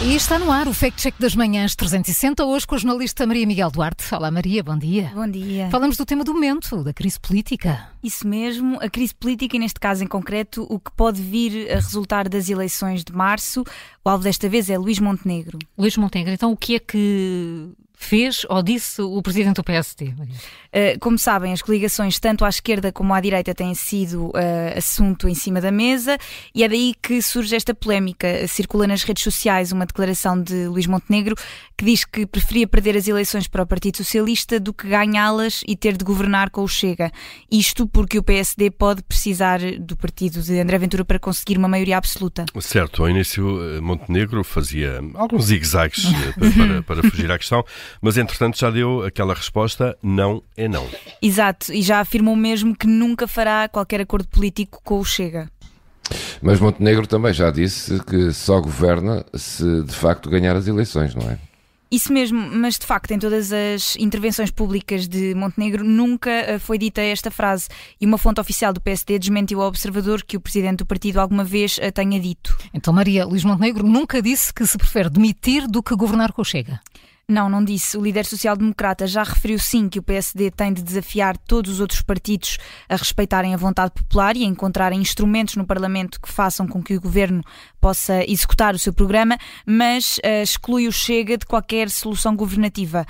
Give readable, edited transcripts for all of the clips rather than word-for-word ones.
E está no ar o Fact Check das Manhãs 360, hoje com a jornalista Maria Miguel Duarte. Olá Maria, bom dia. Bom dia. Falamos do tema do momento, da crise política. Isso mesmo, a crise política e neste caso em concreto o que pode vir a resultar das eleições de março. O alvo desta vez é Luís Montenegro. Luís Montenegro, então o que é que fez ou disse o presidente do PSD? Como sabem, as coligações tanto à esquerda como à direita têm sido assunto em cima da mesa e é daí que surge esta polémica. Circula nas redes sociais uma declaração de Luís Montenegro que diz que preferia perder as eleições para o Partido Socialista do que ganhá-las e ter de governar com o Chega. Isto porque o PSD pode precisar do partido de André Ventura para conseguir uma maioria absoluta. Certo, ao início Montenegro fazia alguns zigue-zagues para fugir à questão, mas entretanto já deu aquela resposta: não é não. Exato, e já afirmou mesmo que nunca fará qualquer acordo político com o Chega. Mas Montenegro também já disse que só governa se de facto ganhar as eleições, não é? Isso mesmo, mas de facto em todas as intervenções públicas de Montenegro nunca foi dita esta frase e uma fonte oficial do PSD desmentiu ao Observador que o presidente do partido alguma vez a tenha dito. Então Maria, Luís Montenegro nunca disse que se prefere demitir do que governar com o Chega? Não disse. O líder social-democrata já referiu sim que o PSD tem de desafiar todos os outros partidos a respeitarem a vontade popular e a encontrarem instrumentos no Parlamento que façam com que o governo possa executar o seu programa, mas exclui o Chega de qualquer solução governativa.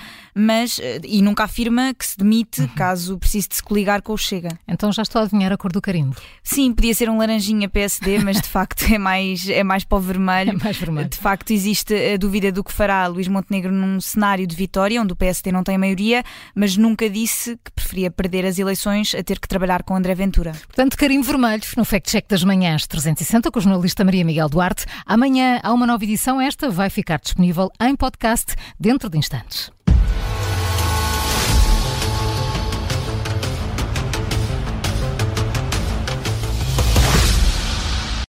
E nunca afirma que se demite caso precise de se coligar com o Chega. Então já estou a adivinhar a cor do carimbo. Sim, podia ser um laranjinha PSD, mas de facto é mais para o vermelho. É mais vermelho. De facto existe a dúvida do que fará Luís Montenegro num cenário de vitória, onde o PSD não tem maioria, mas nunca disse que preferia perder as eleições a ter que trabalhar com André Ventura. Portanto, carimbo vermelho no Fact Check das Manhãs 360 com a jornalista Maria Miguel Duarte. Amanhã há uma nova edição, esta vai ficar disponível em podcast dentro de instantes.